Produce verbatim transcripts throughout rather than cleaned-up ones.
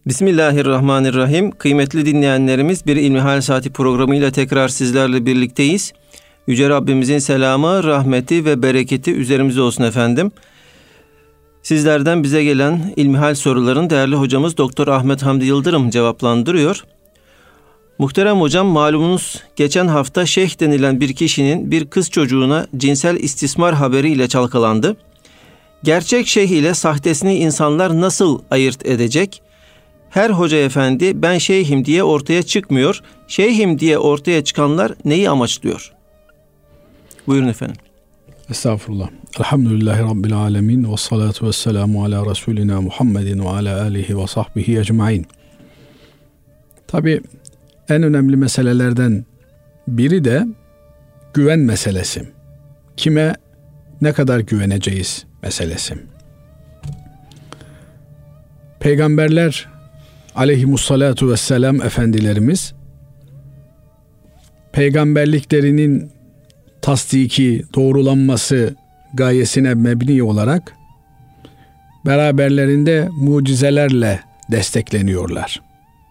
Bismillahirrahmanirrahim. Kıymetli dinleyenlerimiz, bir İlmihal Saati programıyla tekrar sizlerle birlikteyiz. Yüce Rabbimizin selamı, rahmeti ve bereketi üzerimize olsun efendim. Sizlerden bize gelen İlmihal soruların değerli hocamız Doktor Ahmet Hamdi Yıldırım cevaplandırıyor. Muhterem hocam, malumunuz geçen hafta şeyh denilen bir kişinin bir kız çocuğuna cinsel istismar haberiyle çalkalandı. Gerçek şeyh ile sahtesini insanlar nasıl ayırt edecek? Her hoca efendi ben şeyhim diye ortaya çıkmıyor. Şeyhim diye ortaya çıkanlar neyi amaçlıyor? Buyurun efendim. Estağfurullah. Elhamdülillahi Rabbil alemin ve salatu ve selamu ala Resulina Muhammedin ve ala alihi ve sahbihi ecmain. Tabi en önemli meselelerden biri de güven meselesi. Kime ne kadar güveneceğiz meselesi. Peygamberler aleyhimussalatu vesselam efendilerimiz peygamberliklerinin tasdiki, doğrulanması gayesine mebni olarak beraberlerinde mucizelerle destekleniyorlar.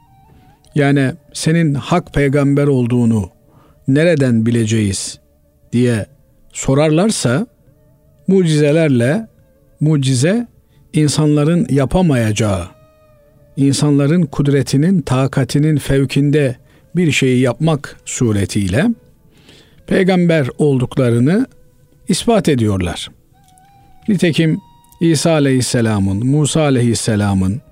Yani senin hak peygamber olduğunu nereden bileceğiz diye sorarlarsa mucizelerle, mucize insanların yapamayacağı, insanların kudretinin, takatinin fevkinde bir şeyi yapmak suretiyle peygamber olduklarını ispat ediyorlar. Nitekim İsa Aleyhisselam'ın, Musa Aleyhisselam'ın,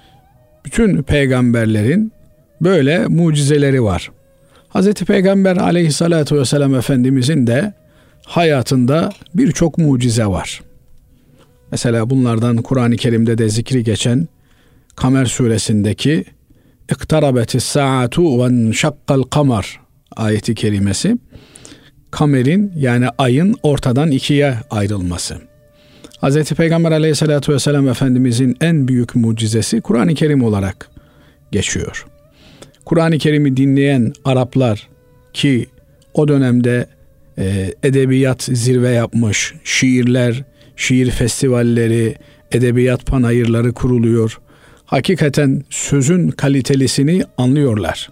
bütün peygamberlerin böyle mucizeleri var. Hazreti Peygamber Aleyhissalatu vesselam Efendimizin de hayatında birçok mucize var. Mesela bunlardan Kur'an-ı Kerim'de de zikri geçen Kamer suresindeki İktarabetis saatu ve enşakkal kamar ayeti kerimesi, kamerin yani ayın ortadan ikiye ayrılması. Hazreti Peygamber Aleyhissalatu vesselam Efendimizin en büyük mucizesi Kur'an-ı Kerim olarak geçiyor. Kur'an-ı Kerim'i dinleyen Araplar ki o dönemde e, edebiyat zirve yapmış, şiirler, şiir festivalleri, edebiyat panayırları kuruluyor. Hakikaten sözün kalitelisini anlıyorlar.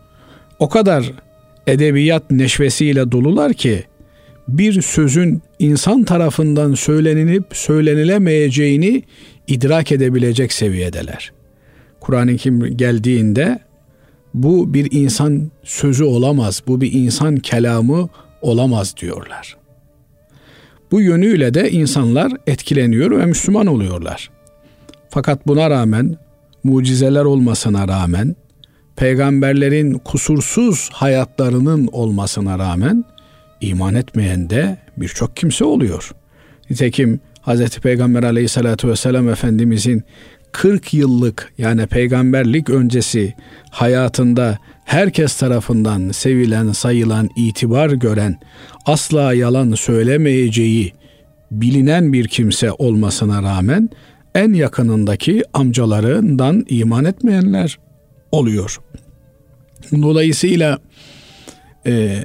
O kadar edebiyat neşvesiyle dolular ki bir sözün insan tarafından söylenilip söylenilemeyeceğini idrak edebilecek seviyedeler. Kur'an-ı Kerim geldiğinde bu bir insan sözü olamaz, bu bir insan kelamı olamaz diyorlar. Bu yönüyle de insanlar etkileniyor ve Müslüman oluyorlar. Fakat buna rağmen, mucizeler olmasına rağmen, peygamberlerin kusursuz hayatlarının olmasına rağmen iman etmeyen de birçok kimse oluyor. Nitekim Hazreti Peygamber Aleyhissalatu vesselam Efendimizin kırk yıllık yani peygamberlik öncesi hayatında herkes tarafından sevilen, sayılan, itibar gören, asla yalan söylemeyeceği bilinen bir kimse olmasına rağmen en yakınındaki amcalarından iman etmeyenler oluyor. Dolayısıyla e,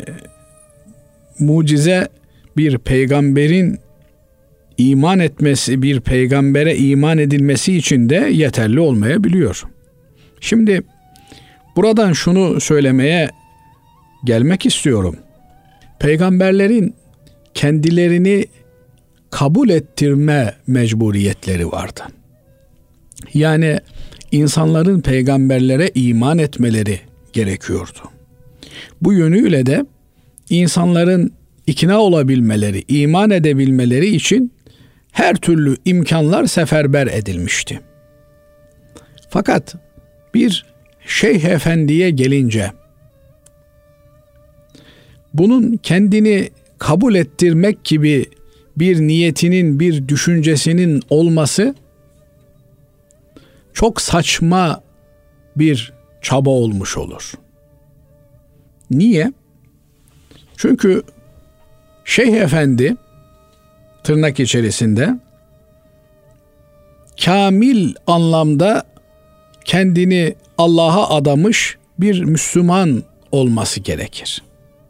mucize bir peygamberin iman etmesi, bir peygambere iman edilmesi için de yeterli olmayabiliyor. Şimdi buradan şunu söylemeye gelmek istiyorum. Peygamberlerin kendilerini kabul ettirme mecburiyetleri vardı. Yani insanların peygamberlere iman etmeleri gerekiyordu. Bu yönüyle de insanların ikna olabilmeleri, iman edebilmeleri için her türlü imkanlar seferber edilmişti. Fakat bir şeyh efendiye gelince bunun kendini kabul ettirmek gibi bir niyetinin, bir düşüncesinin olması çok saçma bir çaba olmuş olur. Niye? Çünkü şeyh efendi tırnak içerisinde kamil anlamda kendini Allah'a adamış bir Müslüman olması gerekir.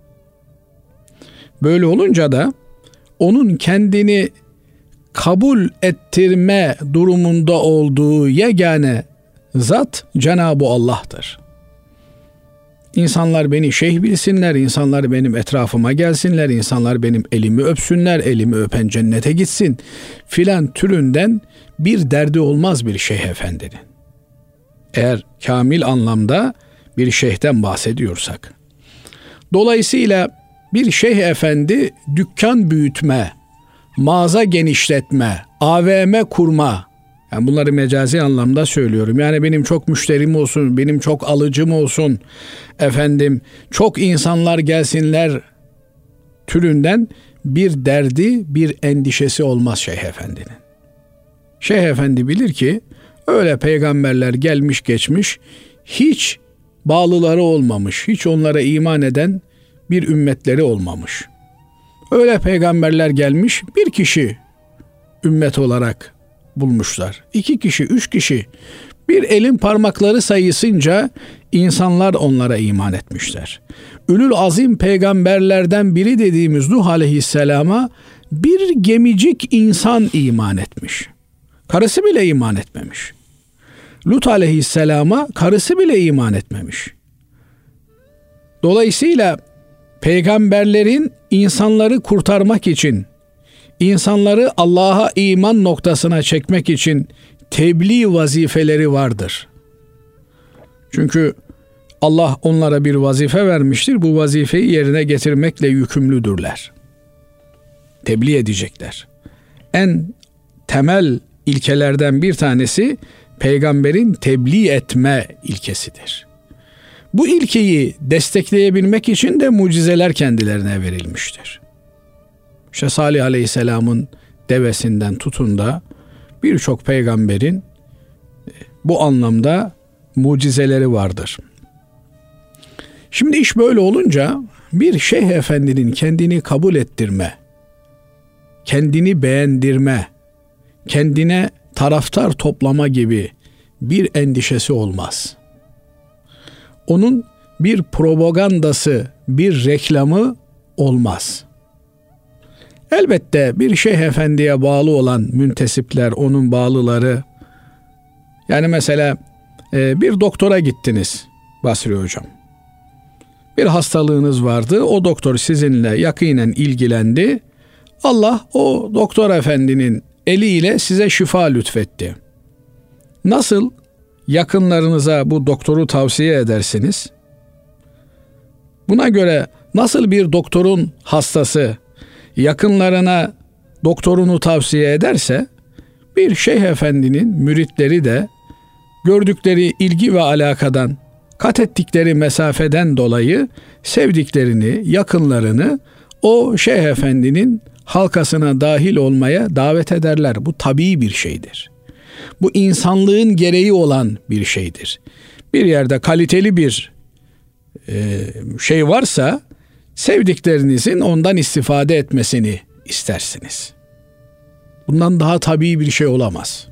Böyle olunca da onun kendini kabul ettirme durumunda olduğu yegane zat Cenab-ı Allah'tır. İnsanlar beni şeyh bilsinler, insanlar benim etrafıma gelsinler, insanlar benim elimi öpsünler, elimi öpen cennete gitsin filan türünden bir derdi olmaz bir şeyh efendinin. Eğer kamil anlamda bir şeyhten bahsediyorsak. Dolayısıyla bir şeyh efendi dükkan büyütme, mağaza genişletme, A V M kurma, yani bunları mecazi anlamda söylüyorum. Yani benim çok müşterim olsun, benim çok alıcım olsun, efendim çok insanlar gelsinler türünden bir derdi, bir endişesi olmaz Şeyh Efendi'nin. Şeyh Efendi bilir ki öyle peygamberler gelmiş geçmiş, hiç bağlıları olmamış, hiç onlara iman eden bir ümmetleri olmamış. Öyle peygamberler gelmiş, bir kişi ümmet olarak bulmuşlar. İki kişi, üç kişi, bir elin parmakları sayısınca insanlar onlara iman etmişler. Ülül azim peygamberlerden biri dediğimiz Nuh Aleyhisselam'a bir gemicik insan iman etmiş. Karısı bile iman etmemiş. Lut Aleyhisselam'a karısı bile iman etmemiş. Dolayısıyla peygamberlerin insanları kurtarmak için, İnsanları Allah'a iman noktasına çekmek için tebliğ vazifeleri vardır. Çünkü Allah onlara bir vazife vermiştir. Bu vazifeyi yerine getirmekle yükümlüdürler. Tebliğ edecekler. En temel ilkelerden bir tanesi peygamberin tebliğ etme ilkesidir. Bu ilkeyi destekleyebilmek için de mucizeler kendilerine verilmiştir. İşte Salih Aleyhisselam'ın devesinden tutun da birçok peygamberin bu anlamda mucizeleri vardır. Şimdi iş böyle olunca bir şeyh efendinin kendini kabul ettirme, kendini beğendirme, kendine taraftar toplama gibi bir endişesi olmaz. Onun bir propagandası, bir reklamı olmaz. Elbette bir şeyh efendiye bağlı olan müntesipler, onun bağlıları, yani mesela e, bir doktora gittiniz Basri Hocam. Bir hastalığınız vardı, o doktor sizinle yakinen ilgilendi. Allah o doktor efendinin eliyle size şifa lütfetti. Nasıl yakınlarınıza bu doktoru tavsiye edersiniz? Buna göre nasıl bir doktorun hastası yakınlarına doktorunu tavsiye ederse, bir şeyh efendinin müritleri de gördükleri ilgi ve alakadan, kat ettikleri mesafeden dolayı sevdiklerini, yakınlarını o şeyh efendinin halkasına dahil olmaya davet ederler. Bu tabii bir şeydir. Bu insanlığın gereği olan bir şeydir. Bir yerde kaliteli bir e, şey varsa, sevdiklerinizin ondan istifade etmesini istersiniz. Bundan daha tabii bir şey olamaz.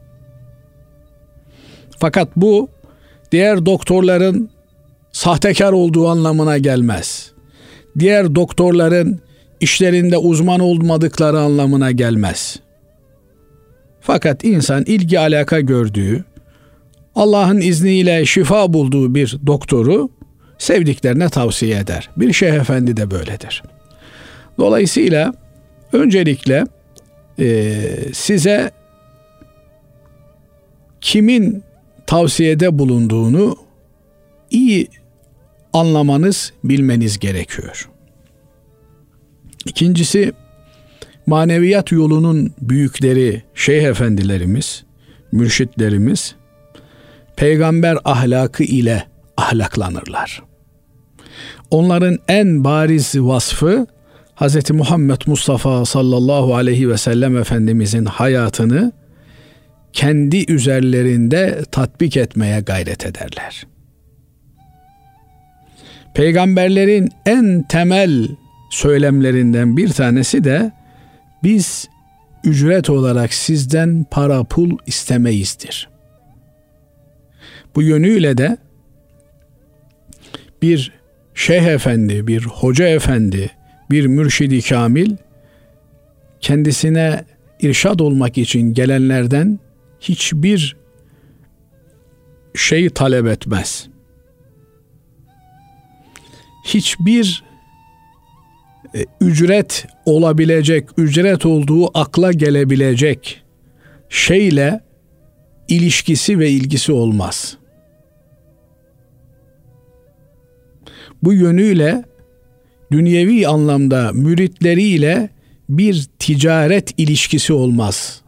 Fakat bu diğer doktorların sahtekar olduğu anlamına gelmez. Diğer doktorların işlerinde uzman olmadıkları anlamına gelmez. Fakat insan ilgi alaka gördüğü, Allah'ın izniyle şifa bulduğu bir doktoru sevdiklerine tavsiye eder. Bir şeyh efendi de böyledir. Dolayısıyla öncelikle e, size kimin tavsiyede bulunduğunu iyi anlamanız, bilmeniz gerekiyor. İkincisi, maneviyat yolunun büyükleri, şeyh efendilerimiz, mürşitlerimiz, peygamber ahlakı ile ahlaklanırlar. Onların en bariz vasfı, Hz. Muhammed Mustafa sallallahu aleyhi ve sellem Efendimizin hayatını kendi üzerlerinde tatbik etmeye gayret ederler. Peygamberlerin en temel söylemlerinden bir tanesi de biz ücret olarak sizden para pul istemeyizdir. Bu yönüyle de bir şeyh efendi, bir hoca efendi, bir mürşidi kamil kendisine irşad olmak için gelenlerden hiçbir şey talep etmez. Hiçbir e, ücret olabilecek, ücret olduğu akla gelebilecek şeyle ilişkisi ve ilgisi olmaz. Bu yönüyle dünyevi anlamda müritleriyle bir ticaret ilişkisi olmaz.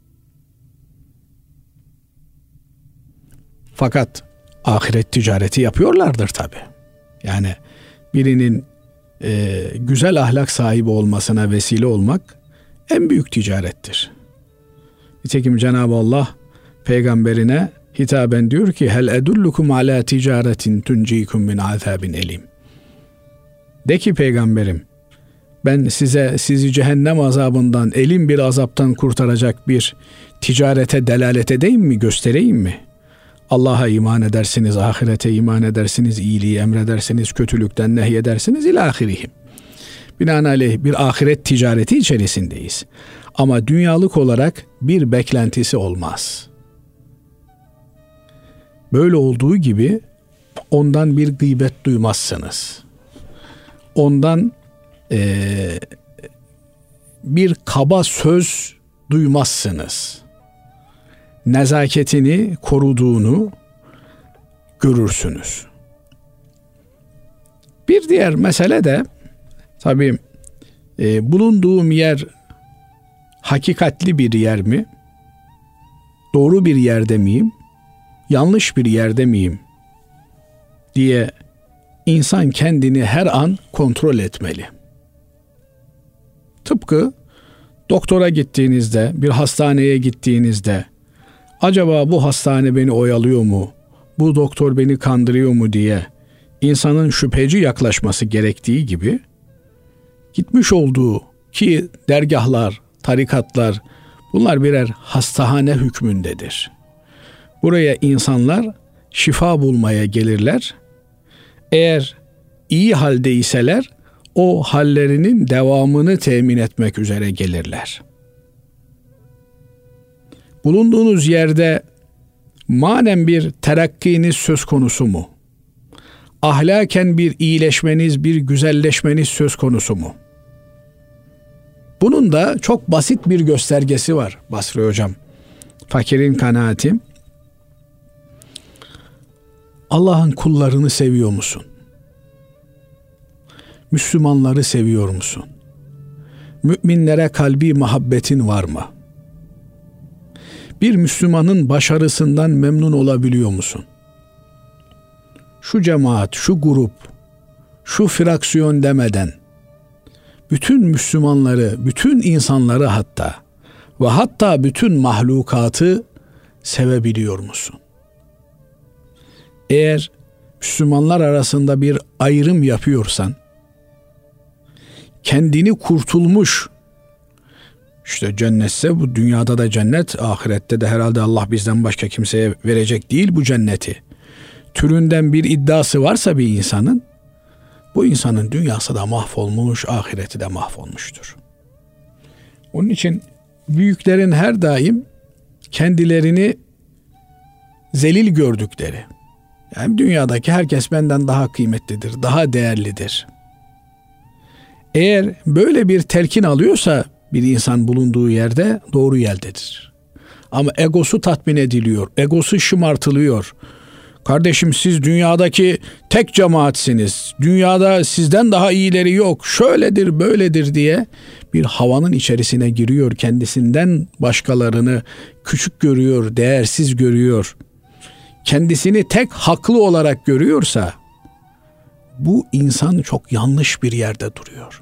Fakat ahiret ticareti yapıyorlardır tabi. Yani birinin e, güzel ahlak sahibi olmasına vesile olmak en büyük ticarettir. Nitekim Cenab-ı Allah peygamberine hitaben diyor ki hel edullukum ala ticaretin tuncikum min azabin elim. De ki peygamberim, ben size sizi cehennem azabından, elim bir azaptan kurtaracak bir ticarete delalet edeyim mi, göstereyim mi? Allah'a iman edersiniz, ahirete iman edersiniz, iyiliği emredersiniz, kötülükten nehyedersiniz ilahirihim. Binaenaleyh bir ahiret ticareti içerisindeyiz. Ama dünyalık olarak bir beklentisi olmaz. Böyle olduğu gibi ondan bir gıybet duymazsınız. Ondan ee, bir kaba söz duymazsınız. Nezaketini koruduğunu görürsünüz. Bir diğer mesele de tabii e, bulunduğum yer hakikatli bir yer mi? Doğru bir yerde miyim? Yanlış bir yerde miyim? Diye insan kendini her an kontrol etmeli. Tıpkı doktora gittiğinizde, bir hastaneye gittiğinizde acaba bu hastane beni oyalıyor mu? Bu doktor beni kandırıyor mu diye insanın şüpheci yaklaşması gerektiği gibi gitmiş olduğu ki dergahlar, tarikatlar bunlar birer hastahane hükmündedir. Buraya insanlar şifa bulmaya gelirler. Eğer iyi haldeyseler o hallerinin devamını temin etmek üzere gelirler. Bulunduğunuz yerde manen bir terakkiniz söz konusu mu? Ahlaken bir iyileşmeniz, bir güzelleşmeniz söz konusu mu? Bunun da çok basit bir göstergesi var Basri Hocam. Fakirin kanaati. Allah'ın kullarını seviyor musun? Müslümanları seviyor musun? Müminlere kalbi muhabbetin var mı? Bir Müslümanın başarısından memnun olabiliyor musun? Şu cemaat, şu grup, şu fraksiyon demeden bütün Müslümanları, bütün insanları hatta ve hatta bütün mahlukatı sevebiliyor musun? Eğer Müslümanlar arasında bir ayrım yapıyorsan, kendini kurtulmuş, işte cennetse bu dünyada da cennet, ahirette de herhalde Allah bizden başka kimseye verecek değil bu cenneti türünden bir iddiası varsa bir insanın, bu insanın dünyası da mahvolmuş, ahireti de mahvolmuştur. Onun için büyüklerin her daim kendilerini zelil gördükleri, yani dünyadaki herkes benden daha kıymetlidir, daha değerlidir. Eğer böyle bir telkin alıyorsa bir insan bulunduğu yerde doğru yerdedir. Ama egosu tatmin ediliyor, egosu şımartılıyor. Kardeşim siz dünyadaki tek cemaatsiniz, dünyada sizden daha iyileri yok, şöyledir böyledir diye bir havanın içerisine giriyor, kendisinden başkalarını küçük görüyor, değersiz görüyor. Kendisini tek haklı olarak görüyorsa bu insan çok yanlış bir yerde duruyor.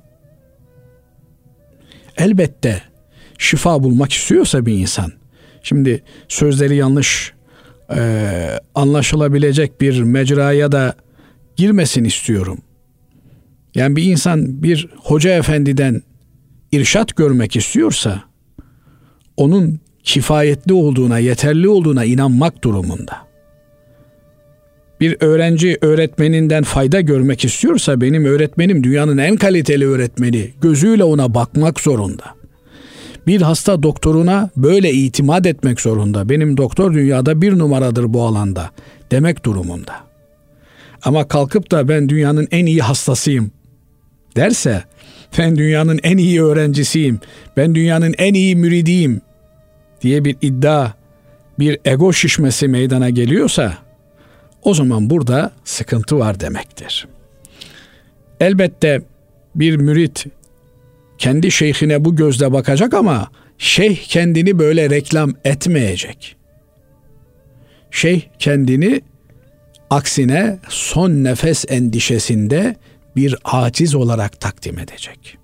Elbette şifa bulmak istiyorsa bir insan, şimdi sözleri yanlış e, anlaşılabilecek bir mecraya da girmesin istiyorum. Yani bir insan bir hoca efendiden irşat görmek istiyorsa onun kifayetli olduğuna, yeterli olduğuna inanmak durumunda. Bir öğrenci öğretmeninden fayda görmek istiyorsa benim öğretmenim dünyanın en kaliteli öğretmeni gözüyle ona bakmak zorunda. Bir hasta doktoruna böyle itimat etmek zorunda. Benim doktor dünyada bir numaradır bu alanda demek durumunda. Ama kalkıp da ben dünyanın en iyi hastasıyım derse, ben dünyanın en iyi öğrencisiyim, ben dünyanın en iyi müridiyim diye bir iddia, bir ego şişmesi meydana geliyorsa, o zaman burada sıkıntı var demektir. Elbette bir mürit kendi şeyhine bu gözle bakacak ama şeyh kendini böyle reklam etmeyecek. Şeyh kendini aksine son nefes endişesinde bir aciz olarak takdim edecek.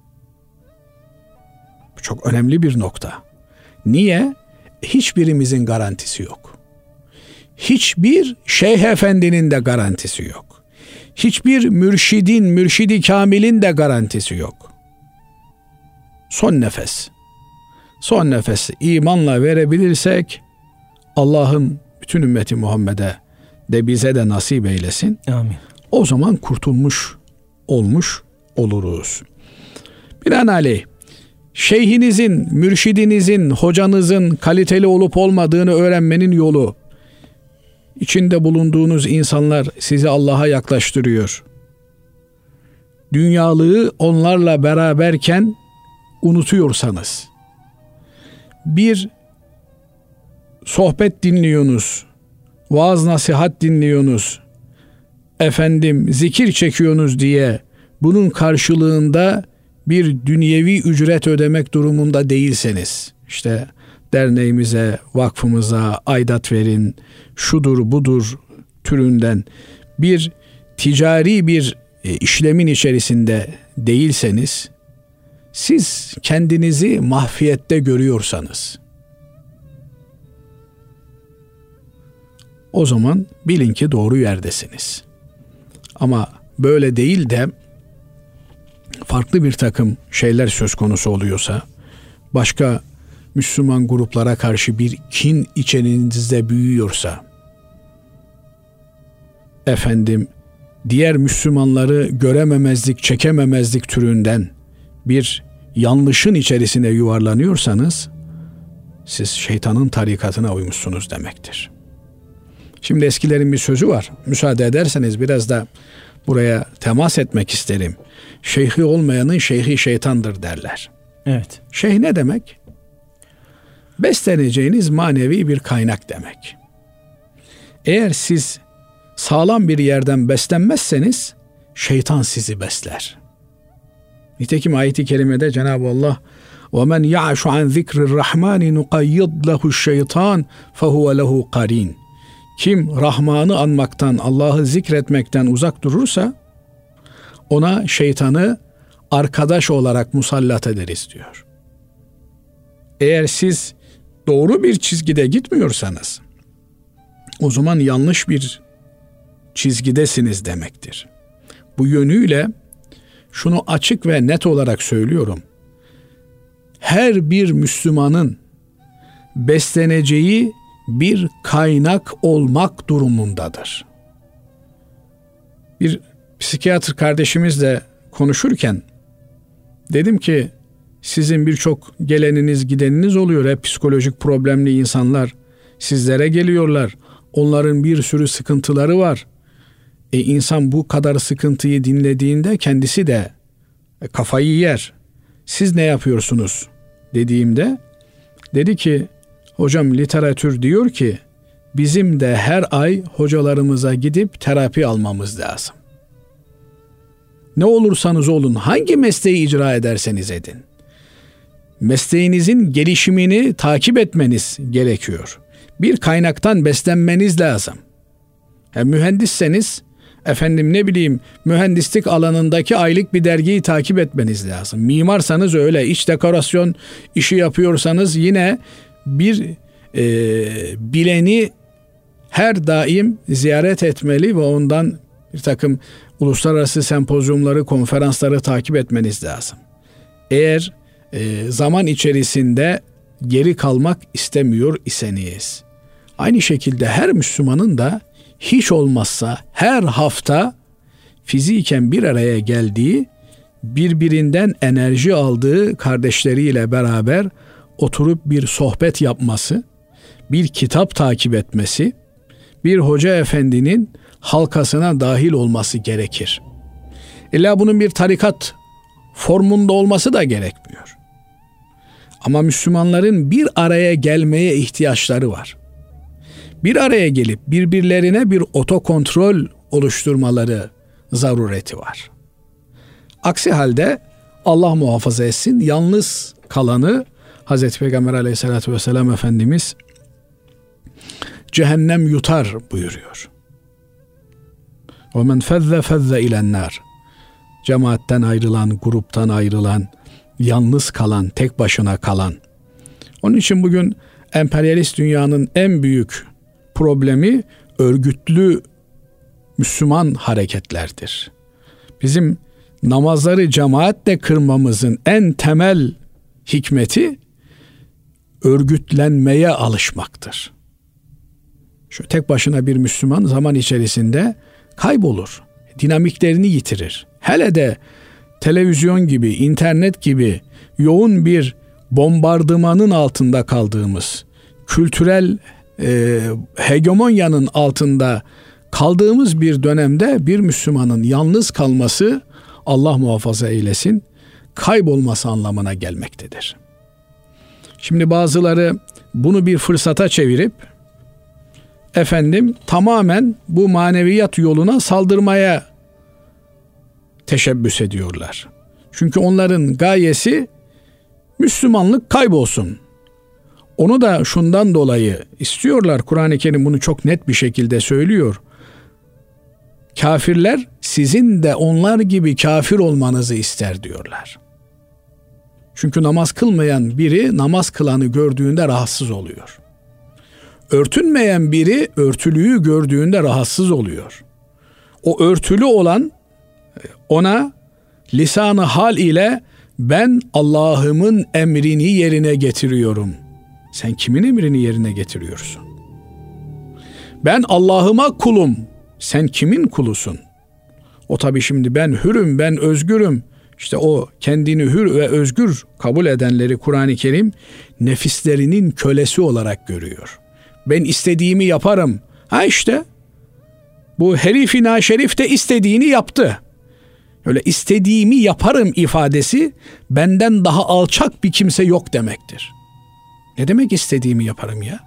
Bu çok önemli bir nokta. Niye? Hiçbirimizin garantisi yok. Hiçbir şeyh efendinin de garantisi yok. Hiçbir mürşidin, mürşidi kamilin de garantisi yok. Son nefes. Son nefesi imanla verebilirsek Allah'ım bütün ümmeti Muhammed'e de bize de nasip eylesin. Amin. O zaman kurtulmuş olmuş oluruz. Binaenaleyh şeyhinizin, mürşidinizin, hocanızın kaliteli olup olmadığını öğrenmenin yolu, İçinde bulunduğunuz insanlar sizi Allah'a yaklaştırıyor. Dünyalığı onlarla beraberken unutuyorsanız, bir sohbet dinliyorsunuz, vaaz nasihat dinliyorsunuz, efendim zikir çekiyorsunuz diye bunun karşılığında bir dünyevi ücret ödemek durumunda değilseniz, işte derneğimize, vakfımıza aidat verin, şudur budur türünden bir ticari bir işlemin içerisinde değilseniz, siz kendinizi mahfiyette görüyorsanız, o zaman bilin ki doğru yerdesiniz. Ama böyle değil de farklı bir takım şeyler söz konusu oluyorsa, başka Müslüman gruplara karşı bir kin içerinizde büyüyorsa, efendim diğer Müslümanları görememezlik, çekememezlik türünden bir yanlışın içerisine yuvarlanıyorsanız, siz şeytanın tarikatına uymuşsunuz demektir. Şimdi eskilerin bir sözü var. Müsaade ederseniz biraz da buraya temas etmek isterim. Şeyhi olmayanın şeyhi şeytandır derler. Evet. Şeyh ne demek? Besleneceğiniz manevi bir kaynak demek. Eğer siz sağlam bir yerden beslenmezseniz şeytan sizi besler. Nitekim ayet-i kerimede Cenab-ı Allah وَمَنْ يَعْشُ عَنْ ذِكْرِ الرَّحْمَانِ نُقَيِّضْ لَهُ الشَّيْطَانِ فَهُوَ لَهُ قَرِينٌ. Kim Rahman'ı anmaktan, Allah'ı zikretmekten uzak durursa ona şeytanı arkadaş olarak musallat ederiz diyor. Eğer siz doğru bir çizgide gitmiyorsanız, o zaman yanlış bir çizgidesiniz demektir. Bu yönüyle şunu açık ve net olarak söylüyorum. Her bir Müslümanın besleneceği bir kaynak olmak durumundadır. Bir psikiyatr kardeşimizle konuşurken dedim ki, sizin birçok geleniniz gideniniz oluyor. Hep psikolojik problemli insanlar sizlere geliyorlar. Onların bir sürü sıkıntıları var. E insan bu kadar sıkıntıyı dinlediğinde kendisi de kafayı yer. Siz ne yapıyorsunuz dediğimde dedi ki, hocam literatür diyor ki bizim de her ay hocalarımıza gidip terapi almamız lazım. Ne olursanız olun, hangi mesleği icra ederseniz edin, mesleğinizin gelişimini takip etmeniz gerekiyor. Bir kaynaktan beslenmeniz lazım. Hem mühendisseniz, efendim ne bileyim mühendislik alanındaki aylık bir dergiyi takip etmeniz lazım. Mimarsanız öyle, iç dekorasyon işi yapıyorsanız yine bir e, bileni her daim ziyaret etmeli ve ondan bir takım uluslararası sempozyumları, konferansları takip etmeniz lazım. Eğer e, zaman içerisinde geri kalmak istemiyor iseniz, aynı şekilde her Müslümanın da hiç olmazsa her hafta fiziken bir araya geldiği, birbirinden enerji aldığı kardeşleriyle beraber oturup bir sohbet yapması, bir kitap takip etmesi, bir hoca efendinin halkasına dahil olması gerekir. İlla bunun bir tarikat formunda olması da gerekmiyor. Ama Müslümanların bir araya gelmeye ihtiyaçları var. Bir araya gelip birbirlerine bir otokontrol oluşturmaları zarureti var. Aksi halde Allah muhafaza etsin, yalnız kalanı Hazreti Peygamber Aleyhisselatü Vesselam Efendimiz cehennem yutar buyuruyor. وَمَنْ فَذَّ فَذَّ اِلَى النَّارِ Cemaatten ayrılan, gruptan ayrılan, yalnız kalan, tek başına kalan. Onun için bugün emperyalist dünyanın en büyük problemi örgütlü Müslüman hareketlerdir. Bizim namazları cemaatle kırmamızın en temel hikmeti örgütlenmeye alışmaktır. Şu tek başına bir Müslüman zaman içerisinde kaybolur, dinamiklerini yitirir. Hele de televizyon gibi, internet gibi yoğun bir bombardımanın altında kaldığımız, kültürel e, hegemonyanın altında kaldığımız bir dönemde bir Müslümanın yalnız kalması, Allah muhafaza eylesin, kaybolması anlamına gelmektedir. Şimdi bazıları bunu bir fırsata çevirip efendim tamamen bu maneviyat yoluna saldırmaya teşebbüs ediyorlar. Çünkü onların gayesi Müslümanlık kaybolsun. Onu da şundan dolayı istiyorlar. Kur'an-ı Kerim bunu çok net bir şekilde söylüyor. Kafirler sizin de onlar gibi kafir olmanızı ister diyorlar. Çünkü namaz kılmayan biri namaz kılanı gördüğünde rahatsız oluyor. Örtünmeyen biri örtülüyü gördüğünde rahatsız oluyor. O örtülü olan ona lisan-ı hal ile ben Allah'ımın emrini yerine getiriyorum. Sen kimin emrini yerine getiriyorsun? Ben Allah'ıma kulum. Sen kimin kulusun? O tabii şimdi ben hürüm, ben özgürüm. İşte o kendini hür ve özgür kabul edenleri Kur'an-ı Kerim nefislerinin kölesi olarak görüyor. Ben istediğimi yaparım. Ha işte bu herif-i naşerif de istediğini yaptı. Öyle istediğimi yaparım ifadesi benden daha alçak bir kimse yok demektir. Ne demek istediğimi yaparım ya?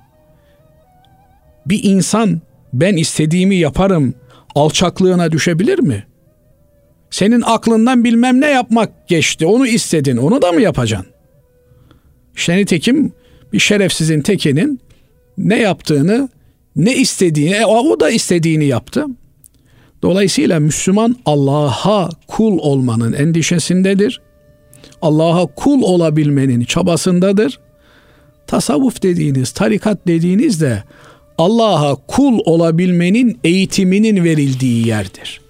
Bir insan ben istediğimi yaparım alçaklığına düşebilir mi? Senin aklından bilmem ne yapmak geçti. Onu istedin. Onu da mı yapacaksın? İşte nitekim bir şerefsizin tekinin ne yaptığını, ne istediğini, e, o da istediğini yaptı. Dolayısıyla Müslüman Allah'a kul olmanın endişesindedir. Allah'a kul olabilmenin çabasındadır. Tasavvuf dediğiniz, tarikat dediğiniz de Allah'a kul olabilmenin eğitiminin verildiği yerdir.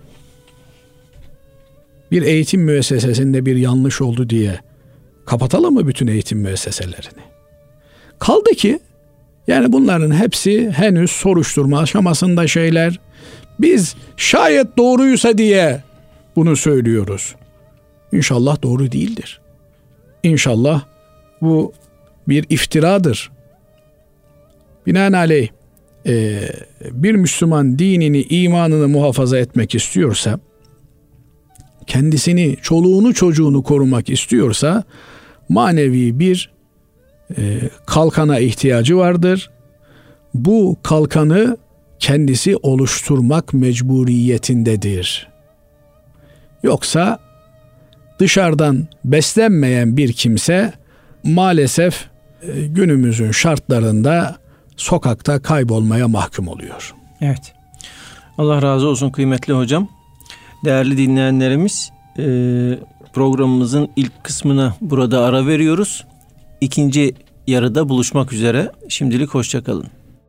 Bir eğitim müessesesinde bir yanlış oldu diye kapatalım mı bütün eğitim müesseselerini? Kaldı ki yani bunların hepsi henüz soruşturma aşamasında şeyler. Biz şayet doğruysa diye bunu söylüyoruz. İnşallah doğru değildir. İnşallah bu bir iftiradır. Binaenaleyh e, bir Müslüman dinini, imanını muhafaza etmek istiyorsa, kendisini, çoluğunu, çocuğunu korumak istiyorsa manevi bir e, kalkana ihtiyacı vardır. Bu kalkanı kendisi oluşturmak mecburiyetindedir. Yoksa dışarıdan beslenmeyen bir kimse maalesef e, günümüzün şartlarında sokakta kaybolmaya mahkum oluyor. Evet. Allah razı olsun kıymetli hocam. Değerli dinleyenlerimiz, e, programımızın ilk kısmına burada ara veriyoruz. İkinci yarıda buluşmak üzere. Şimdilik hoşça kalın.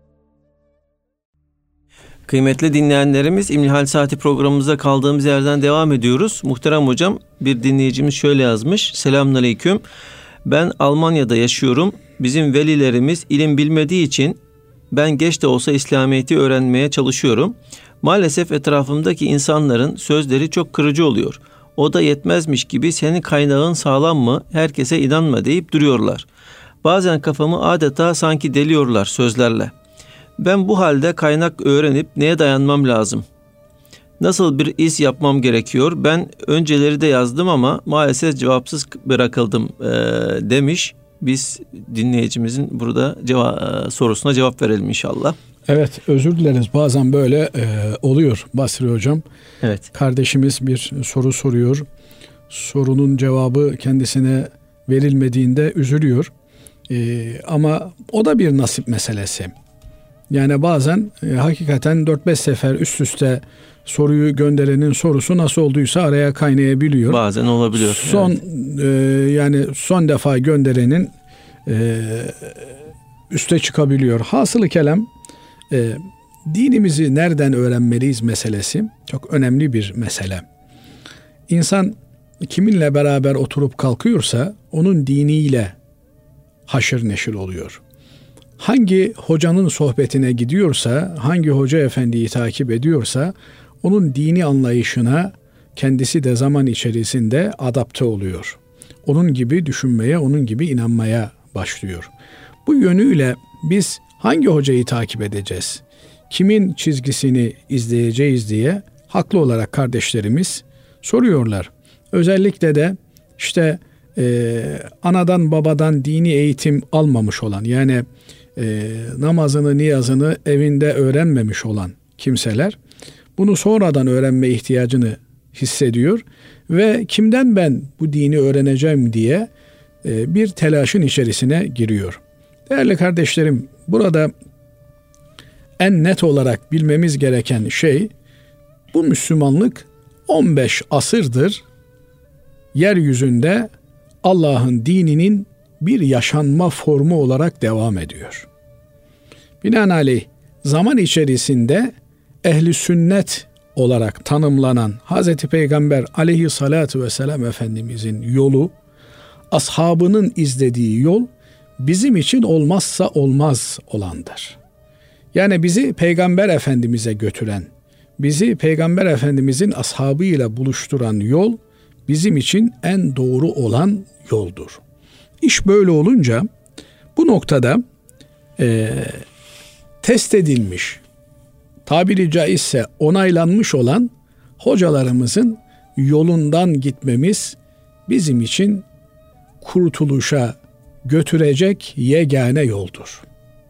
Kıymetli dinleyenlerimiz, İlmihal Saati programımıza kaldığımız yerden devam ediyoruz. Muhterem hocam, bir dinleyicimiz şöyle yazmış. Selamünaleyküm. Ben Almanya'da yaşıyorum. Bizim velilerimiz ilim bilmediği için ben geç de olsa İslamiyet'i öğrenmeye çalışıyorum. Maalesef etrafımdaki insanların sözleri çok kırıcı oluyor. O da yetmezmiş gibi senin kaynağın sağlam mı, herkese inanma deyip duruyorlar. Bazen kafamı adeta sanki deliyorlar sözlerle. Ben bu halde kaynak öğrenip neye dayanmam lazım? Nasıl bir iz yapmam gerekiyor? Ben önceleri de yazdım ama maalesef cevapsız bırakıldım e, demiş. Biz dinleyicimizin burada ceva- sorusuna cevap verelim inşallah. Evet, özür dileriz. Bazen böyle e, oluyor Basri Hocam. Evet. Kardeşimiz bir soru soruyor. Sorunun cevabı kendisine verilmediğinde üzülüyor. E, ama o da bir nasip meselesi. Yani bazen e, hakikaten dört beş sefer üst üste soruyu gönderenin sorusu nasıl olduysa araya kaynayabiliyor. Bazen olabiliyor. Son evet. e, yani son defa gönderenin e, üste çıkabiliyor. Hasılı kelam e, dinimizi nereden öğrenmeliyiz meselesi çok önemli bir mesele. İnsan kiminle beraber oturup kalkıyorsa onun diniyle haşır neşir oluyor. Hangi hocanın sohbetine gidiyorsa, hangi hoca efendiyi takip ediyorsa onun dini anlayışına kendisi de zaman içerisinde adapte oluyor. Onun gibi düşünmeye, onun gibi inanmaya başlıyor. Bu yönüyle biz hangi hocayı takip edeceğiz? Kimin çizgisini izleyeceğiz diye haklı olarak kardeşlerimiz soruyorlar. Özellikle de işte e, anadan babadan dini eğitim almamış olan, yani e, namazını, niyazını evinde öğrenmemiş olan kimseler bunu sonradan öğrenme ihtiyacını hissediyor ve kimden ben bu dini öğreneceğim diye e, bir telaşın içerisine giriyor. Değerli kardeşlerim, burada en net olarak bilmemiz gereken şey, bu Müslümanlık on beş asırdır yeryüzünde Allah'ın dininin bir yaşanma formu olarak devam ediyor. Binaenaleyh zaman içerisinde ehli sünnet olarak tanımlanan Hazreti Peygamber aleyhissalatu vesselam Efendimizin yolu, ashabının izlediği yol bizim için olmazsa olmaz olandır. Yani bizi Peygamber Efendimiz'e götüren, bizi Peygamber Efendimizin ashabıyla buluşturan yol bizim için en doğru olan yoldur. İş böyle olunca bu noktada e, test edilmiş, tabiri caizse onaylanmış olan hocalarımızın yolundan gitmemiz bizim için kurtuluşa götürecek yegane yoldur.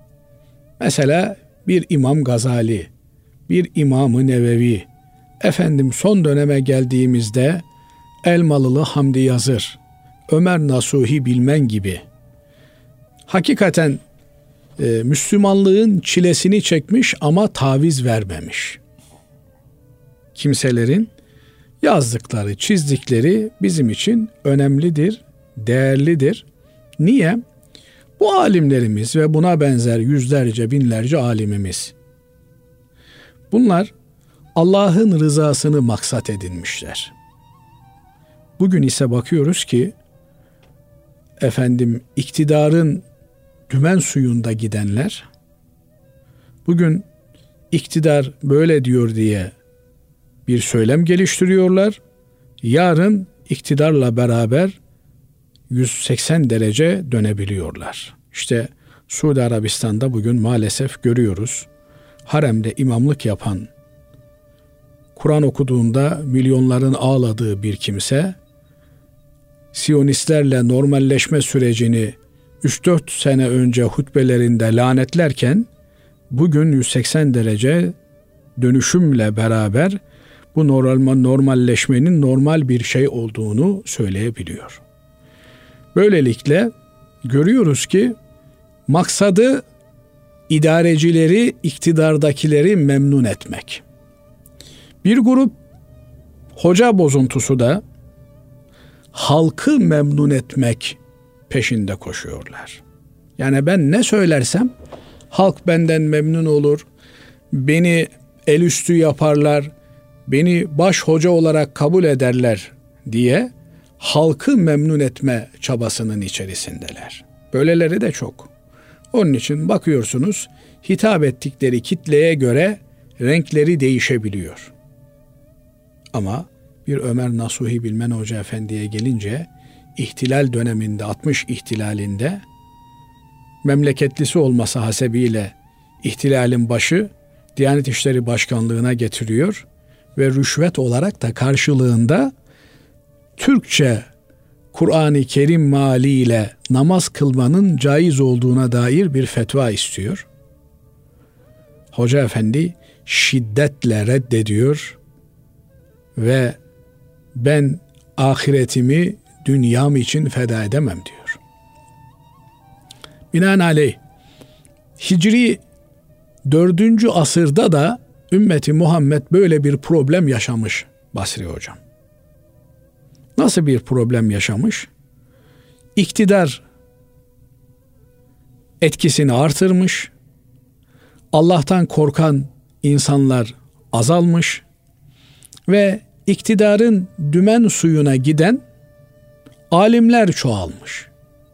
Mesela bir İmam Gazali, bir İmam-ı Nevevi, efendim son döneme geldiğimizde Elmalılı Hamdi Yazır, Ömer Nasuhi Bilmen gibi hakikaten e, Müslümanlığın çilesini çekmiş ama taviz vermemiş kimselerin yazdıkları, çizdikleri bizim için önemlidir, değerlidir. Niye? Bu alimlerimiz ve buna benzer yüzlerce, binlerce alimimiz, bunlar Allah'ın rızasını maksat edinmişler. Bugün ise bakıyoruz ki efendim iktidarın dümen suyunda gidenler, bugün iktidar böyle diyor diye bir söylem geliştiriyorlar. Yarın iktidarla beraber yüz seksen derece dönebiliyorlar. İşte Suudi Arabistan'da bugün maalesef görüyoruz. Haremde imamlık yapan, Kur'an okuduğunda milyonların ağladığı bir kimse, Siyonistlerle normalleşme sürecini üç dört sene önce hutbelerinde lanetlerken, bugün yüz seksen derece dönüşümle beraber bu normal, normalleşmenin normal bir şey olduğunu söyleyebiliyor. Böylelikle görüyoruz ki maksadı idarecileri, iktidardakileri memnun etmek. Bir grup hoca bozuntusu da halkı memnun etmek peşinde koşuyorlar. Yani ben ne söylersem halk benden memnun olur, beni el üstü yaparlar, beni baş hoca olarak kabul ederler diye halkı memnun etme çabasının içerisindeler. Böyleleri de çok. Onun için bakıyorsunuz hitap ettikleri kitleye göre renkleri değişebiliyor. Ama bir Ömer Nasuhi Bilmen Hoca Efendi'ye gelince ihtilal döneminde, altmış ihtilalinde memleketlisi olması hasebiyle ihtilalin başı Diyanet İşleri Başkanlığı'na getiriyor ve rüşvet olarak da karşılığında Türkçe Kur'an-ı Kerim maliyle namaz kılmanın caiz olduğuna dair bir fetva istiyor. Hoca efendi şiddetle reddediyor ve ben ahiretimi dünyam için feda edemem diyor. Binaenaleyh Hicri dördüncü asırda da ümmeti Muhammed böyle bir problem yaşamış Basri hocam. Nasıl bir problem yaşamış? İktidar etkisini artırmış, Allah'tan korkan insanlar azalmış ve iktidarın dümen suyuna giden alimler çoğalmış.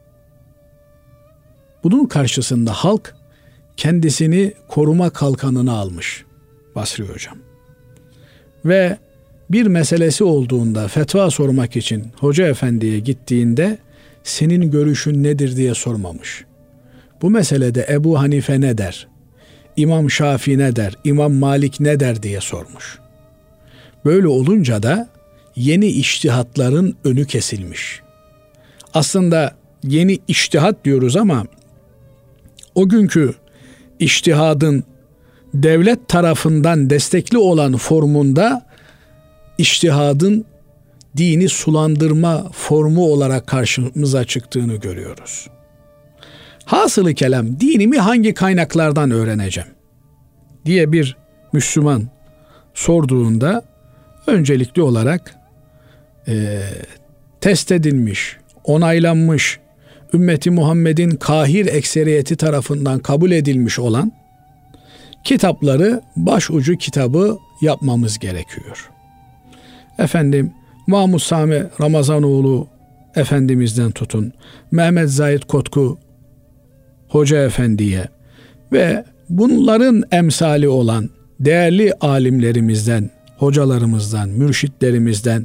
Bunun karşısında halk kendisini koruma kalkanına almış Basri hocam. Ve bir meselesi olduğunda fetva sormak için hoca efendiye gittiğinde senin görüşün nedir diye sormamış. Bu meselede Ebu Hanife ne der? İmam Şafii ne der? İmam Malik ne der diye sormuş. Böyle olunca da yeni içtihatların önü kesilmiş. Aslında yeni içtihat diyoruz ama o günkü içtihadın devlet tarafından destekli olan formunda içtihadın dini sulandırma formu olarak karşımıza çıktığını görüyoruz. Hasılı kelam dinimi hangi kaynaklardan öğreneceğim diye bir Müslüman sorduğunda öncelikli olarak e, test edilmiş, onaylanmış, ümmeti Muhammed'in kahir ekseriyeti tarafından kabul edilmiş olan kitapları başucu kitabı yapmamız gerekiyor. Efendim Mahmud Sami Ramazanoğlu Efendimiz'den tutun, Mehmet Zahid Kotku Hoca Efendi'ye ve bunların emsali olan değerli alimlerimizden, hocalarımızdan, mürşitlerimizden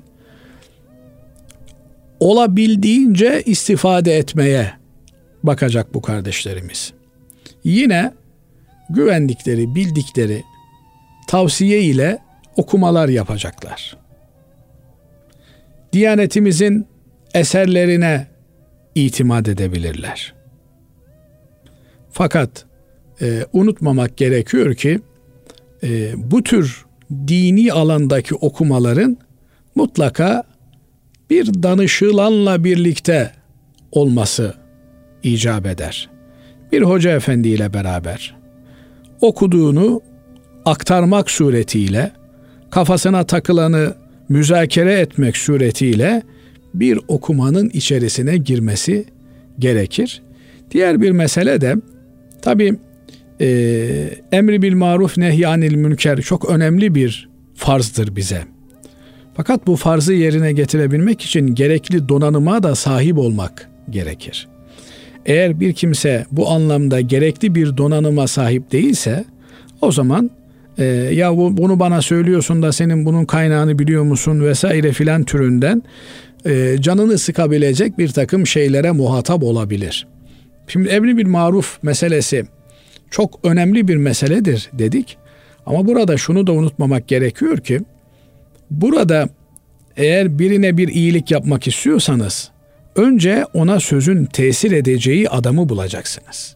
olabildiğince istifade etmeye bakacak bu kardeşlerimiz. Yine güvendikleri, bildikleri tavsiye ile okumalar yapacaklar. Diyanetimizin eserlerine itimat edebilirler. Fakat e, unutmamak gerekiyor ki e, bu tür dini alandaki okumaların mutlaka bir danışılanla birlikte olması icap eder. Bir hoca efendi ile beraber okuduğunu aktarmak suretiyle, kafasına takılanı müzakere etmek suretiyle bir okumanın içerisine girmesi gerekir. Diğer bir mesele de tabii e, emri bil maruf nehyanil münker çok önemli bir farzdır bize. Fakat bu farzı yerine getirebilmek için gerekli donanıma da sahip olmak gerekir. Eğer bir kimse bu anlamda gerekli bir donanıma sahip değilse o zaman e, ya bu, bunu bana söylüyorsun da senin bunun kaynağını biliyor musun vesaire filan türünden e, canını sıkabilecek bir takım şeylere muhatap olabilir. Şimdi emri bil maruf meselesi çok önemli bir meseledir dedik. Ama burada şunu da unutmamak gerekiyor ki burada eğer birine bir iyilik yapmak istiyorsanız önce ona sözün tesir edeceği adamı bulacaksınız.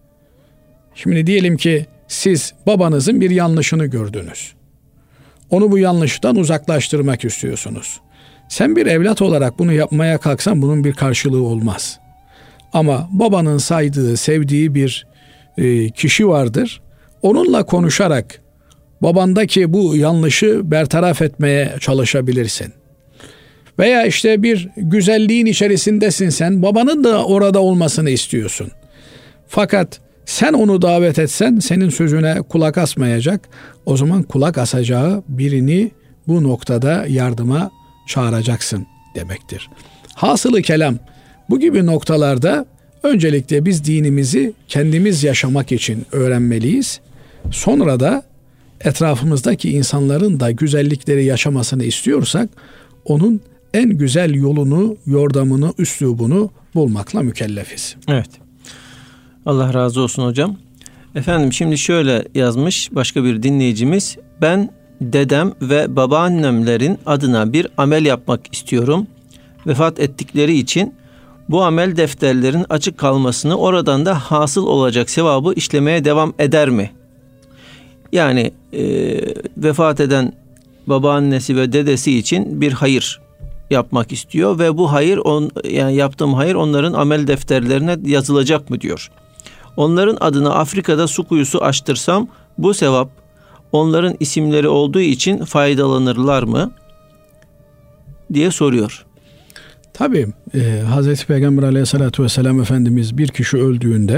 Şimdi diyelim ki siz babanızın bir yanlışını gördünüz. Onu bu yanlıştan uzaklaştırmak istiyorsunuz. Sen bir evlat olarak bunu yapmaya kalksan bunun bir karşılığı olmaz. Ama babanın saydığı, sevdiği bir e, kişi vardır. Onunla konuşarak babandaki bu yanlışı bertaraf etmeye çalışabilirsin. Veya işte bir güzelliğin içerisindesin sen, babanın da orada olmasını istiyorsun. Fakat sen onu davet etsen senin sözüne kulak asmayacak. O zaman kulak asacağı birini bu noktada yardıma çağıracaksın demektir. Hasılı kelam bu gibi noktalarda öncelikle biz dinimizi kendimiz yaşamak için öğrenmeliyiz. Sonra da etrafımızdaki insanların da güzellikleri yaşamasını istiyorsak onun en güzel yolunu, yordamını, üslubunu bulmakla mükellefiz. Evet. Allah razı olsun hocam. Efendim şimdi şöyle yazmış başka bir dinleyicimiz. Ben dedem ve babaannemlerin adına bir amel yapmak istiyorum. Vefat ettikleri için bu amel defterlerin açık kalmasını, oradan da hasıl olacak sevabı işlemeye devam eder mi? Yani e, vefat eden babaannesi ve dedesi için bir hayır yapmak istiyor ve bu hayır on, yani yaptığım hayır onların amel defterlerine yazılacak mı diyor. Onların adına Afrika'da su kuyusu açtırsam bu sevap onların isimleri olduğu için faydalanırlar mı diye soruyor. Tabii e, Hazreti Peygamber Aleyhisselatü Vesselam Efendimiz bir kişi öldüğünde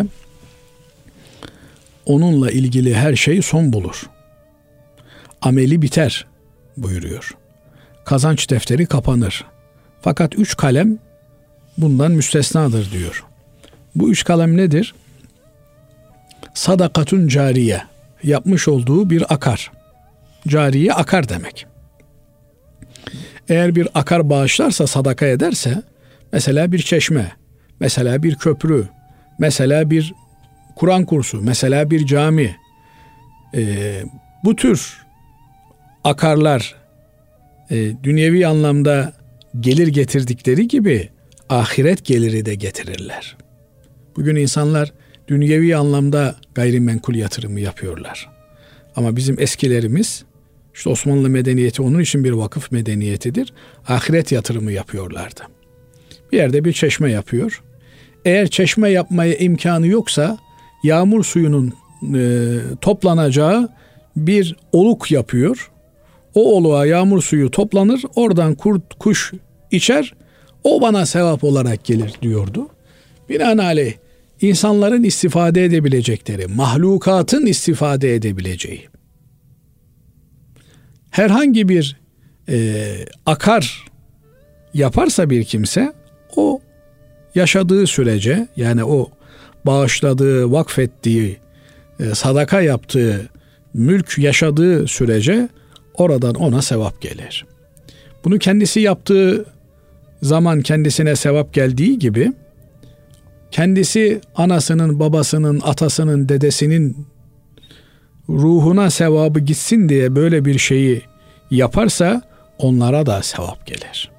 onunla ilgili her şey son bulur. Ameli biter buyuruyor. Kazanç defteri kapanır. Fakat üç kalem bundan müstesnadır diyor. Bu üç kalem nedir? Sadakatun cariye, yapmış olduğu bir akar. Cariye akar demek. Eğer bir akar bağışlarsa, sadaka ederse, mesela bir çeşme, mesela bir köprü, mesela bir Kur'an kursu, mesela bir cami, e, bu tür akarlar e, dünyevi anlamda gelir getirdikleri gibi ahiret geliri de getirirler. Bugün insanlar dünyevi anlamda gayrimenkul yatırımı yapıyorlar. Ama bizim eskilerimiz, işte Osmanlı medeniyeti onun için bir vakıf medeniyetidir, ahiret yatırımı yapıyorlardı. Bir yerde bir çeşme yapıyor. Eğer çeşme yapmaya imkanı yoksa yağmur suyunun e, toplanacağı bir oluk yapıyor. O oluğa yağmur suyu toplanır, oradan kurt, kuş içer, o bana sevap olarak gelir diyordu. Binaenaleyh insanların istifade edebilecekleri, mahlukatın istifade edebileceği herhangi bir e, akar yaparsa bir kimse, o yaşadığı sürece, yani o bağışladığı, vakfettiği, e, sadaka yaptığı mülk yaşadığı sürece oradan ona sevap gelir. Bunu kendisi yaptığı zaman kendisine sevap geldiği gibi, kendisi anasının, babasının, atasının, dedesinin ruhuna sevabı gitsin diye böyle bir şeyi yaparsa onlara da sevap gelir.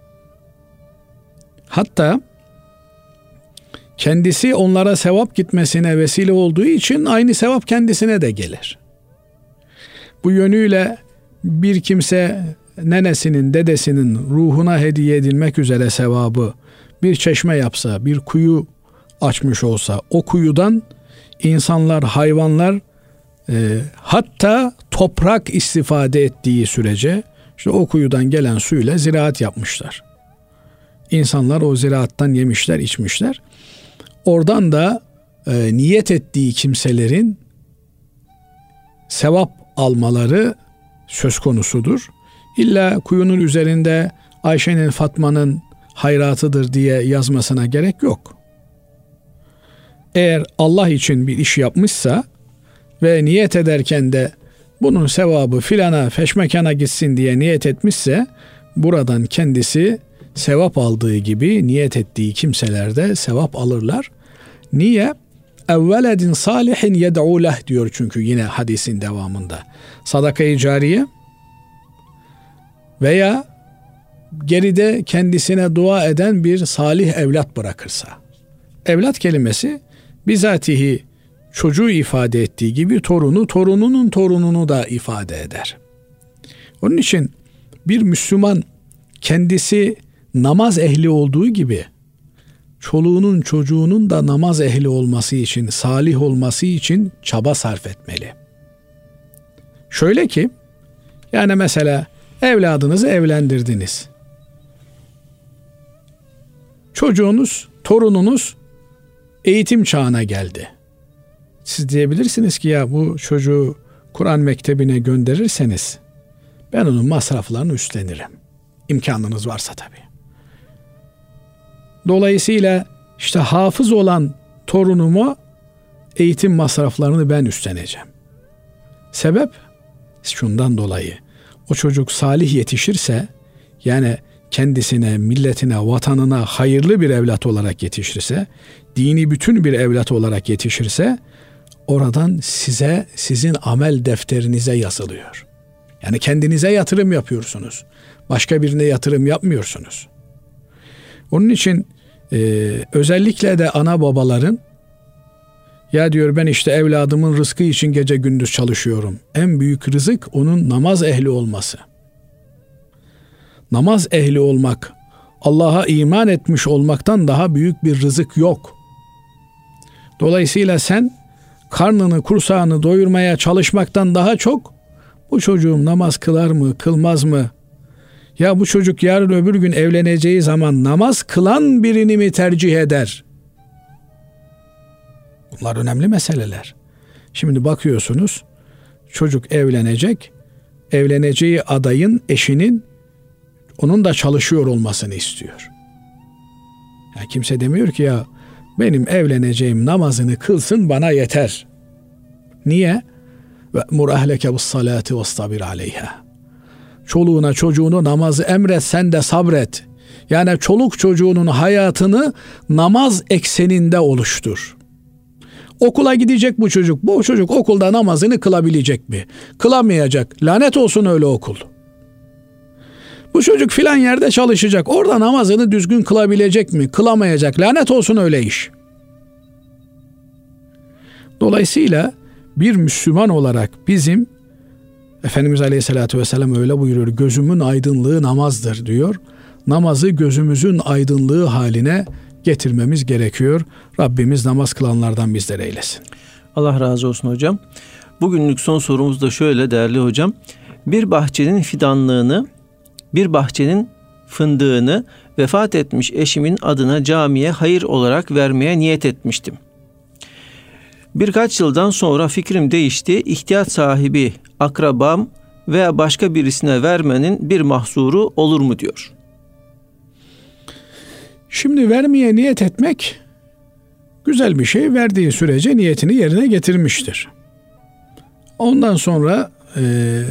Hatta kendisi onlara sevap gitmesine vesile olduğu için aynı sevap kendisine de gelir. Bu yönüyle bir kimse nenesinin, dedesinin ruhuna hediye edilmek üzere sevabı bir çeşme yapsa, bir kuyu açmış olsa, o kuyudan insanlar, hayvanlar, e, hatta toprak istifade ettiği sürece, işte o kuyudan gelen suyla ziraat yapmışlar. İnsanlar o ziraattan yemişler, içmişler. Oradan da e, niyet ettiği kimselerin sevap almaları söz konusudur. İlla kuyunun üzerinde Ayşe'nin, Fatma'nın hayratıdır diye yazmasına gerek yok. Eğer Allah için bir iş yapmışsa ve niyet ederken de bunun sevabı filana, feşmekana gitsin diye niyet etmişse, buradan kendisi sevap aldığı gibi niyet ettiği kimseler de sevap alırlar. Niye? Evveledin salihin yed'u leh diyor çünkü yine hadisin devamında. Sadaka-i cariye veya geride kendisine dua eden bir salih evlat bırakırsa. Evlat kelimesi bizatihi çocuğu ifade ettiği gibi torunu, torununun torununu da ifade eder. Onun için bir Müslüman kendisi namaz ehli olduğu gibi çoluğunun, çocuğunun da namaz ehli olması için, salih olması için çaba sarf etmeli. Şöyle ki, yani mesela evladınızı evlendirdiniz. Çocuğunuz, torununuz eğitim çağına geldi. Siz diyebilirsiniz ki ya bu çocuğu Kur'an mektebine gönderirseniz ben onun masraflarını üstlenirim. İmkanınız varsa tabii. Dolayısıyla işte hafız olan torunuma eğitim masraflarını ben üstleneceğim. Sebep? Şundan dolayı. O çocuk salih yetişirse, yani kendisine, milletine, vatanına hayırlı bir evlat olarak yetişirse, dini bütün bir evlat olarak yetişirse, oradan size, sizin amel defterinize yazılıyor. Yani kendinize yatırım yapıyorsunuz. Başka birine yatırım yapmıyorsunuz. Onun için e, özellikle de ana babaların, ya diyor ben işte evladımın rızkı için gece gündüz çalışıyorum. En büyük rızık onun namaz ehli olması. Namaz ehli olmak, Allah'a iman etmiş olmaktan daha büyük bir rızık yok. Dolayısıyla sen karnını, kursağını doyurmaya çalışmaktan daha çok, bu çocuğum namaz kılar mı, kılmaz mı? Ya bu çocuk yarın öbür gün evleneceği zaman namaz kılan birini mi tercih eder? Bunlar önemli meseleler. Şimdi bakıyorsunuz, çocuk evlenecek, evleneceği adayın, eşinin, onun da çalışıyor olmasını istiyor. Ya kimse demiyor ki ya benim evleneceğim namazını kılsın bana yeter. Niye? Ve mur ahleke bis salati vestabir aleyha. Çoluğuna çocuğunu namazı emret, sen de sabret. Yani çoluk çocuğunun hayatını namaz ekseninde oluştur. Okula gidecek bu çocuk. Bu çocuk okulda namazını kılabilecek mi? Kılamayacak. Lanet olsun öyle okul. Bu çocuk filan yerde çalışacak. Orada namazını düzgün kılabilecek mi? Kılamayacak. Lanet olsun öyle iş. Dolayısıyla bir Müslüman olarak bizim, Efendimiz Aleyhisselatü Vesselam öyle buyuruyor, gözümün aydınlığı namazdır diyor. Namazı gözümüzün aydınlığı haline getirmemiz gerekiyor. Rabbimiz namaz kılanlardan bizleri eylesin. Allah razı olsun hocam. Bugünlük son sorumuz da şöyle değerli hocam. Bir bahçenin fidanlığını, bir bahçenin fındığını vefat etmiş eşimin adına camiye hayır olarak vermeye niyet etmiştim. Birkaç yıldan sonra fikrim değişti. İhtiyat sahibi akrabam veya başka birisine vermenin bir mahsuru olur mu diyor. Şimdi vermeye niyet etmek güzel bir şey. Verdiği sürece niyetini yerine getirmiştir. Ondan sonra e,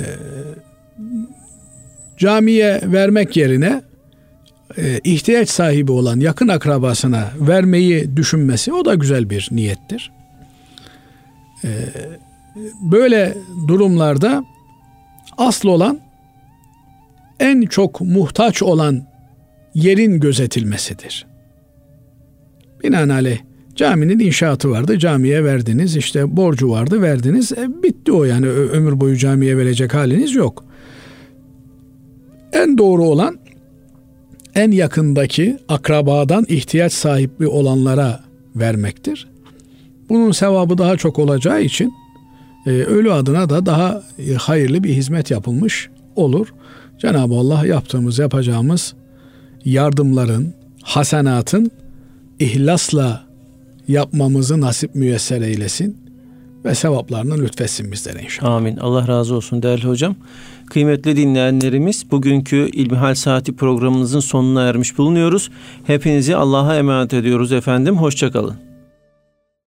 camiye vermek yerine e, ihtiyaç sahibi olan yakın akrabasına vermeyi düşünmesi, o da güzel bir niyettir. E, böyle durumlarda asıl olan en çok muhtaç olan yerin gözetilmesidir. Binaenaleyh caminin inşaatı vardı, camiye verdiniz, işte borcu vardı, verdiniz, e, bitti o, yani ömür boyu camiye verecek haliniz yok. En doğru olan en yakındaki akrabadan ihtiyaç sahibi olanlara vermektir. Bunun sevabı daha çok olacağı için e, ölü adına da daha e, hayırlı bir hizmet yapılmış olur. Cenab-ı Allah yaptığımız, yapacağımız yardımların, hasenatın ihlasla yapmamızı nasip müyesser eylesin ve sevaplarını lütfetsin bizlere inşallah. Amin. Allah razı olsun değerli hocam. Kıymetli dinleyenlerimiz, bugünkü İlmihal Saati programımızın sonuna ermiş bulunuyoruz. Hepinizi Allah'a emanet ediyoruz efendim. Hoşça kalın.